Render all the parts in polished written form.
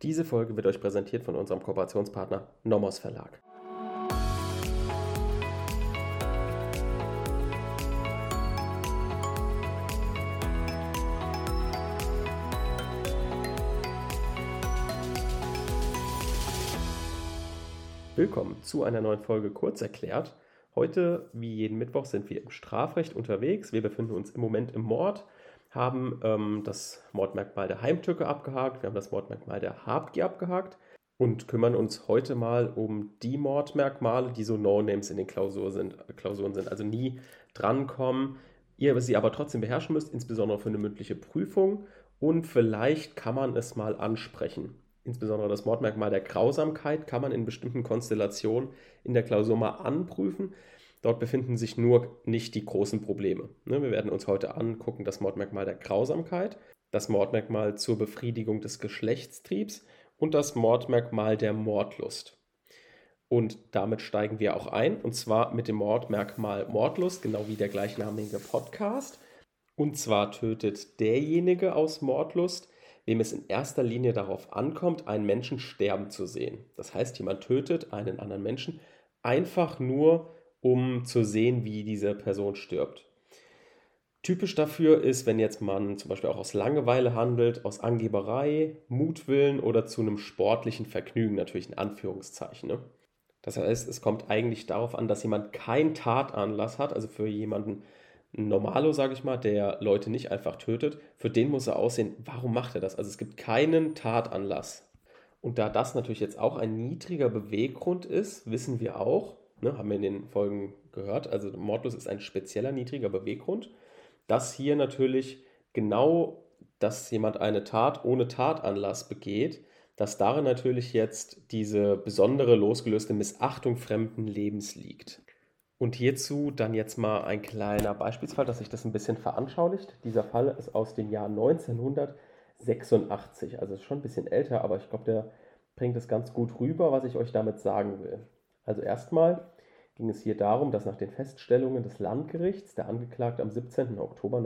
Diese Folge wird euch präsentiert von unserem Kooperationspartner Nomos Verlag. Willkommen zu einer neuen Folge Kurzerklärt. Heute, wie jeden Mittwoch, sind wir im Strafrecht unterwegs. Wir befinden uns im Moment im Mord, haben das Mordmerkmal der Heimtücke abgehakt, wir haben das Mordmerkmal der Habgier abgehakt und kümmern uns heute mal um die Mordmerkmale, die so No-Names in den Klausuren sind, also nie drankommen, ihr sie aber trotzdem beherrschen müsst, insbesondere für eine mündliche Prüfung, und vielleicht kann man es mal ansprechen. Insbesondere das Mordmerkmal der Grausamkeit kann man in bestimmten Konstellationen in der Klausur mal anprüfen. Dort befinden sich nur nicht die großen Probleme. Wir werden uns heute angucken das Mordmerkmal der Grausamkeit, das Mordmerkmal zur Befriedigung des Geschlechtstriebs und das Mordmerkmal der Mordlust. Und damit steigen wir auch ein, und zwar mit dem Mordmerkmal Mordlust, genau wie der gleichnamige Podcast. Und zwar tötet derjenige aus Mordlust, wem es in erster Linie darauf ankommt, einen Menschen sterben zu sehen. Das heißt, jemand tötet einen anderen Menschen einfach nur, um zu sehen, wie diese Person stirbt. Typisch dafür ist, wenn jetzt man zum Beispiel auch aus Langeweile handelt, aus Angeberei, Mutwillen oder zu einem sportlichen Vergnügen, natürlich in Anführungszeichen. Ne? Das heißt, es kommt eigentlich darauf an, dass jemand keinen Tatanlass hat, also für jemanden ein Normalo, sage ich mal, der Leute nicht einfach tötet, für den muss er aussehen, warum macht er das? Also es gibt keinen Tatanlass. Und da das natürlich jetzt auch ein niedriger Beweggrund ist, wissen wir auch, haben wir in den Folgen gehört, also Mordlust ist ein spezieller niedriger Beweggrund, dass hier natürlich genau, dass jemand eine Tat ohne Tatanlass begeht, dass darin natürlich jetzt diese besondere losgelöste Missachtung fremden Lebens liegt. Und hierzu dann jetzt mal ein kleiner Beispielsfall, dass sich das ein bisschen veranschaulicht. Dieser Fall ist aus dem Jahr 1986, also ist schon ein bisschen älter, aber ich glaube, der bringt es ganz gut rüber, was ich euch damit sagen will. Also erstmal ging es hier darum, dass nach den Feststellungen des Landgerichts der Angeklagte am 17. Oktober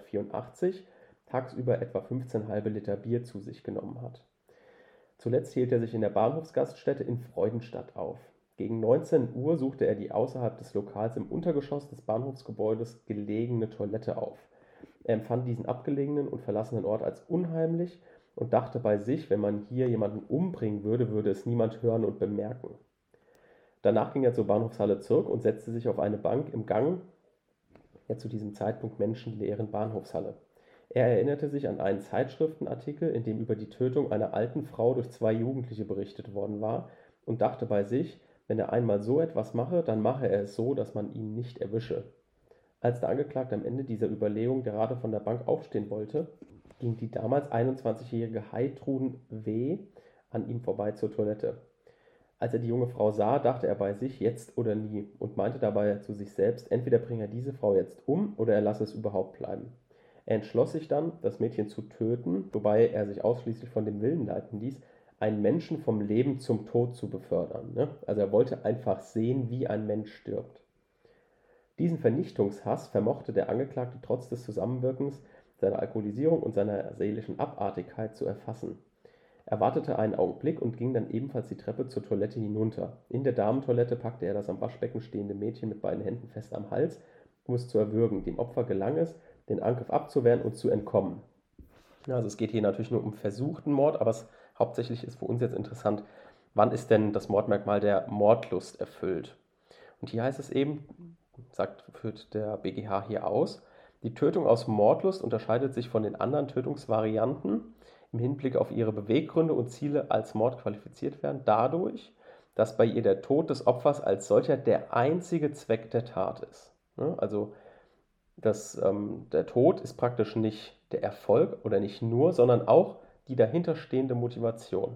1984 tagsüber etwa 15 halbe Liter Bier zu sich genommen hat. Zuletzt hielt er sich in der Bahnhofsgaststätte in Freudenstadt auf. Gegen 19 Uhr suchte er die außerhalb des Lokals im Untergeschoss des Bahnhofsgebäudes gelegene Toilette auf. Er empfand diesen abgelegenen und verlassenen Ort als unheimlich und dachte bei sich, wenn man hier jemanden umbringen würde, würde es niemand hören und bemerken. Danach ging er zur Bahnhofshalle zurück und setzte sich auf eine Bank im Gang der zu diesem Zeitpunkt menschenleeren Bahnhofshalle. Er erinnerte sich an einen Zeitschriftenartikel, in dem über die Tötung einer alten Frau durch 2 Jugendliche berichtet worden war, und dachte bei sich, wenn er einmal so etwas mache, dann mache er es so, dass man ihn nicht erwische. Als der Angeklagte am Ende dieser Überlegung gerade von der Bank aufstehen wollte, ging die damals 21-jährige Heidrun W. an ihm vorbei zur Toilette. Als er die junge Frau sah, dachte er bei sich, jetzt oder nie, und meinte dabei zu sich selbst, entweder bringe er diese Frau jetzt um oder er lasse es überhaupt bleiben. Er entschloss sich dann, das Mädchen zu töten, wobei er sich ausschließlich von dem Willen leiten ließ, einen Menschen vom Leben zum Tod zu befördern. Also er wollte einfach sehen, wie ein Mensch stirbt. Diesen Vernichtungshass vermochte der Angeklagte trotz des Zusammenwirkens seiner Alkoholisierung und seiner seelischen Abartigkeit zu erfassen. Er wartete einen Augenblick und ging dann ebenfalls die Treppe zur Toilette hinunter. In der Damentoilette packte er das am Waschbecken stehende Mädchen mit beiden Händen fest am Hals, um es zu erwürgen. Dem Opfer gelang es, den Angriff abzuwehren und zu entkommen. Also es geht hier natürlich nur um versuchten Mord, aber hauptsächlich ist für uns jetzt interessant, wann ist denn das Mordmerkmal der Mordlust erfüllt? Und hier heißt es eben, führt der BGH hier aus, die Tötung aus Mordlust unterscheidet sich von den anderen Tötungsvarianten im Hinblick auf ihre Beweggründe und Ziele als Mord qualifiziert werden, dadurch, dass bei ihr der Tod des Opfers als solcher der einzige Zweck der Tat ist. Also der Tod ist praktisch nicht der Erfolg oder nicht nur, sondern auch die dahinterstehende Motivation.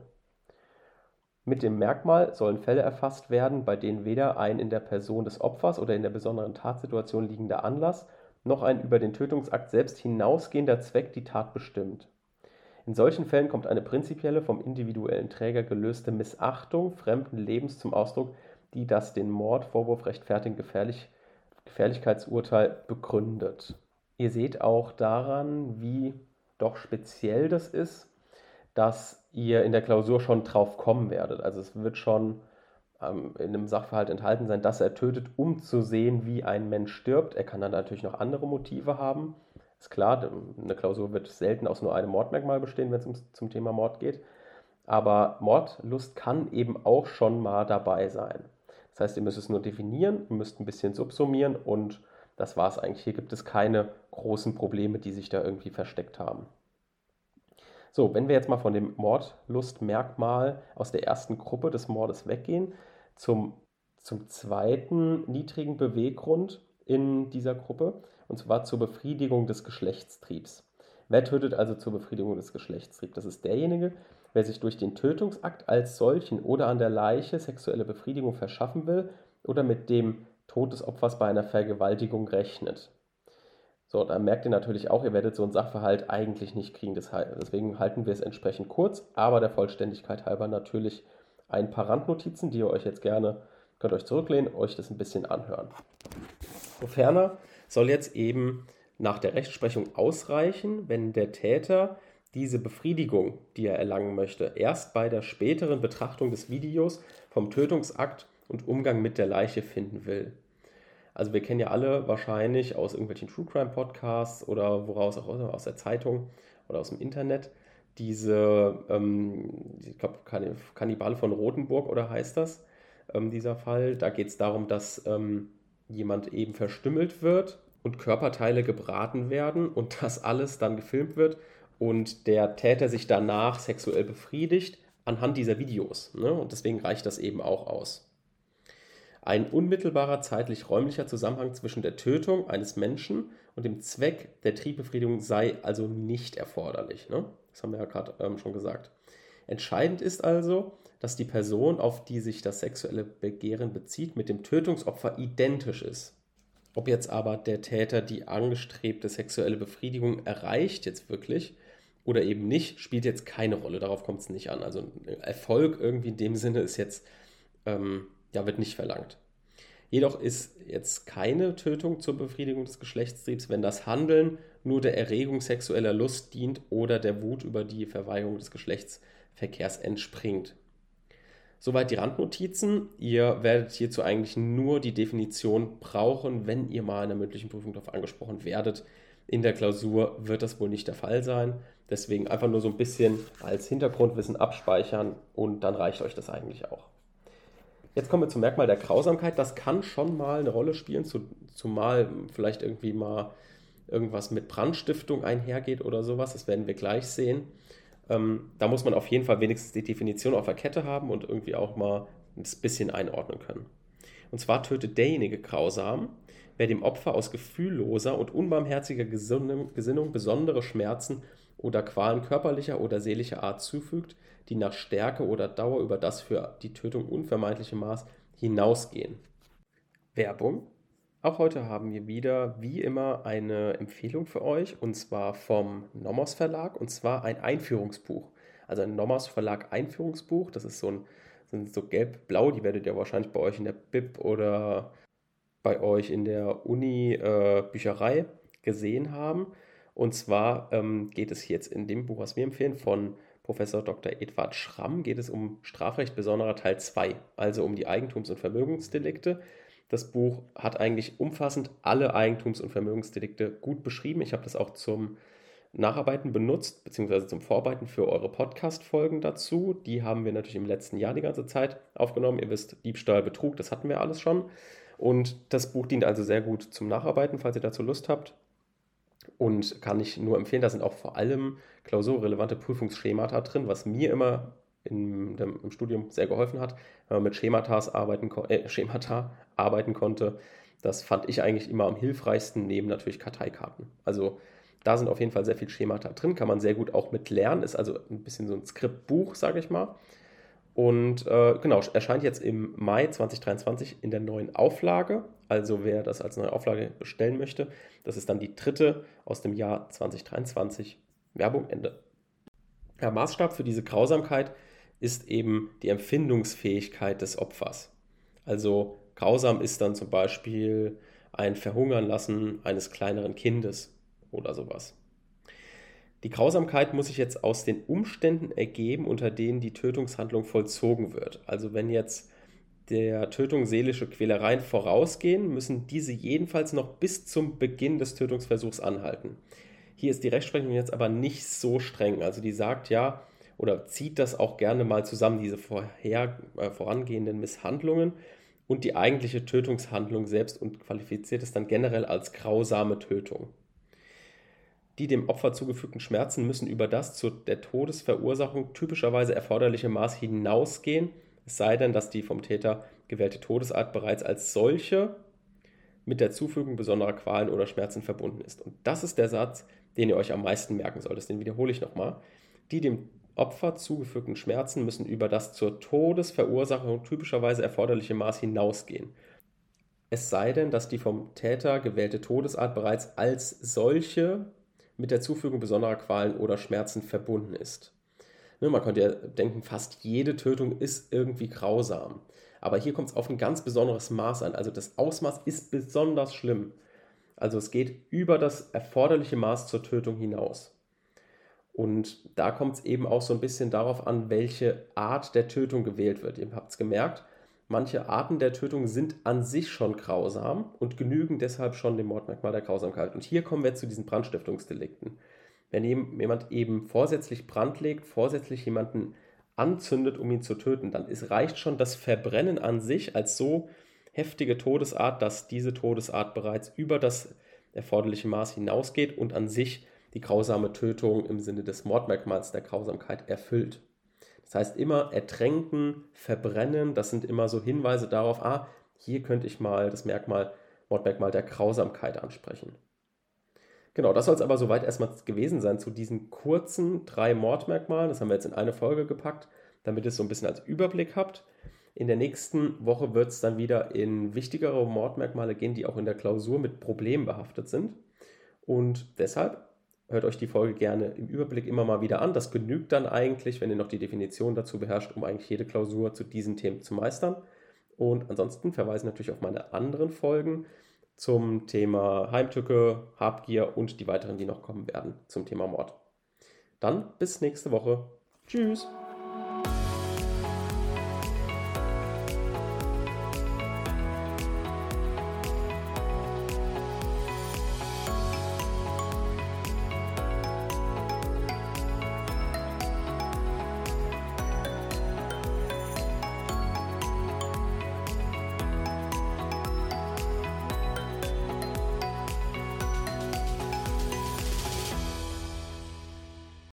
Mit dem Merkmal sollen Fälle erfasst werden, bei denen weder ein in der Person des Opfers oder in der besonderen Tatsituation liegender Anlass noch ein über den Tötungsakt selbst hinausgehender Zweck die Tat bestimmt. In solchen Fällen kommt eine prinzipielle, vom individuellen Träger gelöste Missachtung fremden Lebens zum Ausdruck, die das den Mordvorwurf rechtfertigende Gefährlichkeitsurteil begründet. Ihr seht auch daran, wie doch speziell das ist, dass ihr in der Klausur schon drauf kommen werdet. Also es wird schon in einem Sachverhalt enthalten sein, dass er tötet, um zu sehen, wie ein Mensch stirbt. Er kann dann natürlich noch andere Motive haben. Ist klar, eine Klausur wird selten aus nur einem Mordmerkmal bestehen, wenn es zum Thema Mord geht. Aber Mordlust kann eben auch schon mal dabei sein. Das heißt, ihr müsst es nur definieren, ihr müsst ein bisschen subsumieren und das war es eigentlich. Hier gibt es keine großen Probleme, die sich da irgendwie versteckt haben. So, wenn wir jetzt mal von dem Mordlustmerkmal aus der ersten Gruppe des Mordes weggehen, zum, zum zweiten niedrigen Beweggrund in dieser Gruppe, und zwar zur Befriedigung des Geschlechtstriebs. Wer tötet also zur Befriedigung des Geschlechtstriebs? Das ist derjenige, wer sich durch den Tötungsakt als solchen oder an der Leiche sexuelle Befriedigung verschaffen will oder mit dem Tod des Opfers bei einer Vergewaltigung rechnet. So, dann merkt ihr natürlich auch, ihr werdet so einen Sachverhalt eigentlich nicht kriegen. Deswegen halten wir es entsprechend kurz, aber der Vollständigkeit halber natürlich ein paar Randnotizen, die ihr euch jetzt gerne, könnt euch zurücklehnen, euch das ein bisschen anhören. So, ferner soll jetzt eben nach der Rechtsprechung ausreichen, wenn der Täter diese Befriedigung, die er erlangen möchte, erst bei der späteren Betrachtung des Videos vom Tötungsakt und Umgang mit der Leiche finden will. Also wir kennen ja alle wahrscheinlich aus irgendwelchen True Crime Podcasts oder woraus auch aus der Zeitung oder aus dem Internet diese, ich glaube, Kannibale von Rothenburg oder heißt das, dieser Fall. Da geht es darum, dass jemand eben verstümmelt wird und Körperteile gebraten werden und das alles dann gefilmt wird und der Täter sich danach sexuell befriedigt anhand dieser Videos. Ne? Und deswegen reicht das eben auch aus. Ein unmittelbarer zeitlich-räumlicher Zusammenhang zwischen der Tötung eines Menschen und dem Zweck der Triebbefriedigung sei also nicht erforderlich. Ne? Das haben wir ja gerade schon gesagt. Entscheidend ist also, dass die Person, auf die sich das sexuelle Begehren bezieht, mit dem Tötungsopfer identisch ist. Ob jetzt aber der Täter die angestrebte sexuelle Befriedigung erreicht jetzt wirklich oder eben nicht, spielt jetzt keine Rolle. Darauf kommt es nicht an. Also Erfolg irgendwie in dem Sinne ist jetzt wird nicht verlangt. Jedoch ist jetzt keine Tötung zur Befriedigung des Geschlechtstriebs, wenn das Handeln nur der Erregung sexueller Lust dient oder der Wut über die Verweigerung des Geschlechtsverkehrs entspringt. Soweit die Randnotizen. Ihr werdet hierzu eigentlich nur die Definition brauchen, wenn ihr mal in der mündlichen Prüfung darauf angesprochen werdet. In der Klausur wird das wohl nicht der Fall sein. Deswegen einfach nur so ein bisschen als Hintergrundwissen abspeichern und dann reicht euch das eigentlich auch. Jetzt kommen wir zum Merkmal der Grausamkeit. Das kann schon mal eine Rolle spielen, zumal vielleicht irgendwie mal irgendwas mit Brandstiftung einhergeht oder sowas. Das werden wir gleich sehen. Da muss man auf jeden Fall wenigstens die Definition auf der Kette haben und irgendwie auch mal ein bisschen einordnen können. Und zwar tötet derjenige grausam, wer dem Opfer aus gefühlloser und unbarmherziger Gesinnung besondere Schmerzen oder Qualen körperlicher oder seelischer Art zufügt, die nach Stärke oder Dauer über das für die Tötung unvermeidliche Maß hinausgehen. Werbung. Auch heute haben wir wieder, wie immer, eine Empfehlung für euch, und zwar vom Nomos Verlag, und zwar ein Einführungsbuch. Also ein Nomos Verlag Einführungsbuch, das ist sind so gelb-blau, die werdet ihr wahrscheinlich bei euch in der Bib oder bei euch in der Uni Bücherei gesehen haben. Und zwar geht es jetzt in dem Buch, was wir empfehlen, von Professor Dr. Edward Schramm, geht es um Strafrecht besonderer Teil 2, also um die Eigentums- und Vermögensdelikte. Das Buch hat eigentlich umfassend alle Eigentums- und Vermögensdelikte gut beschrieben. Ich habe das auch zum Nacharbeiten benutzt, beziehungsweise zum Vorarbeiten für eure Podcast-Folgen dazu. Die haben wir natürlich im letzten Jahr die ganze Zeit aufgenommen. Ihr wisst, Diebstahl, Betrug, das hatten wir alles schon. Und das Buch dient also sehr gut zum Nacharbeiten, falls ihr dazu Lust habt. Und kann ich nur empfehlen, da sind auch vor allem klausurrelevante Prüfungsschemata drin, was mir immer im Studium sehr geholfen hat, wenn man mit Schemata arbeiten konnte. Das fand ich eigentlich immer am hilfreichsten, neben natürlich Karteikarten. Also da sind auf jeden Fall sehr viel Schemata drin, kann man sehr gut auch mit lernen, ist also ein bisschen so ein Skriptbuch, sage ich mal. Und genau, erscheint jetzt im Mai 2023 in der neuen Auflage. Also wer das als neue Auflage bestellen möchte, das ist dann die dritte aus dem Jahr 2023. Werbung Ende. Der Maßstab für diese Grausamkeit ist eben die Empfindungsfähigkeit des Opfers. Also grausam ist dann zum Beispiel ein Verhungern lassen eines kleineren Kindes oder sowas. Die Grausamkeit muss sich jetzt aus den Umständen ergeben, unter denen die Tötungshandlung vollzogen wird. Also wenn jetzt der Tötung seelische Quälereien vorausgehen, müssen diese jedenfalls noch bis zum Beginn des Tötungsversuchs anhalten. Hier ist die Rechtsprechung jetzt aber nicht so streng. Also die sagt ja oder zieht das auch gerne mal zusammen, diese vorangehenden Misshandlungen und die eigentliche Tötungshandlung selbst und qualifiziert es dann generell als grausame Tötung. Die dem Opfer zugefügten Schmerzen müssen über das zur der Todesverursachung typischerweise erforderliche Maß hinausgehen, es sei denn, dass die vom Täter gewählte Todesart bereits als solche mit der Zufügung besonderer Qualen oder Schmerzen verbunden ist. Und das ist der Satz, den ihr euch am meisten merken solltet. Den wiederhole ich nochmal. Die dem Opfer zugefügten Schmerzen müssen über das zur Todesverursachung typischerweise erforderliche Maß hinausgehen. Es sei denn, dass die vom Täter gewählte Todesart bereits als solche mit der Zufügung besonderer Qualen oder Schmerzen verbunden ist. Man könnte ja denken, fast jede Tötung ist irgendwie grausam. Aber hier kommt es auf ein ganz besonderes Maß an. Also das Ausmaß ist besonders schlimm. Also es geht über das erforderliche Maß zur Tötung hinaus. Und da kommt es eben auch so ein bisschen darauf an, welche Art der Tötung gewählt wird. Ihr habt es gemerkt, manche Arten der Tötung sind an sich schon grausam und genügen deshalb schon dem Mordmerkmal der Grausamkeit. Und hier kommen wir zu diesen Brandstiftungsdelikten. Wenn jemand eben vorsätzlich Brand legt, vorsätzlich jemanden anzündet, um ihn zu töten, dann reicht schon das Verbrennen an sich als so heftige Todesart, dass diese Todesart bereits über das erforderliche Maß hinausgeht und an sich die grausame Tötung im Sinne des Mordmerkmals der Grausamkeit erfüllt. Das heißt immer ertränken, verbrennen, das sind immer so Hinweise darauf, hier könnte ich mal das Mordmerkmal der Grausamkeit ansprechen. Genau, das soll es aber soweit erstmal gewesen sein zu diesen kurzen 3 Mordmerkmalen. Das haben wir jetzt in eine Folge gepackt, damit ihr es so ein bisschen als Überblick habt. In der nächsten Woche wird es dann wieder in wichtigere Mordmerkmale gehen, die auch in der Klausur mit Problemen behaftet sind. Und deshalb hört euch die Folge gerne im Überblick immer mal wieder an. Das genügt dann eigentlich, wenn ihr noch die Definition dazu beherrscht, um eigentlich jede Klausur zu diesen Themen zu meistern. Und ansonsten verweise ich natürlich auf meine anderen Folgen zum Thema Heimtücke, Habgier und die weiteren, die noch kommen werden zum Thema Mord. Dann bis nächste Woche. Tschüss!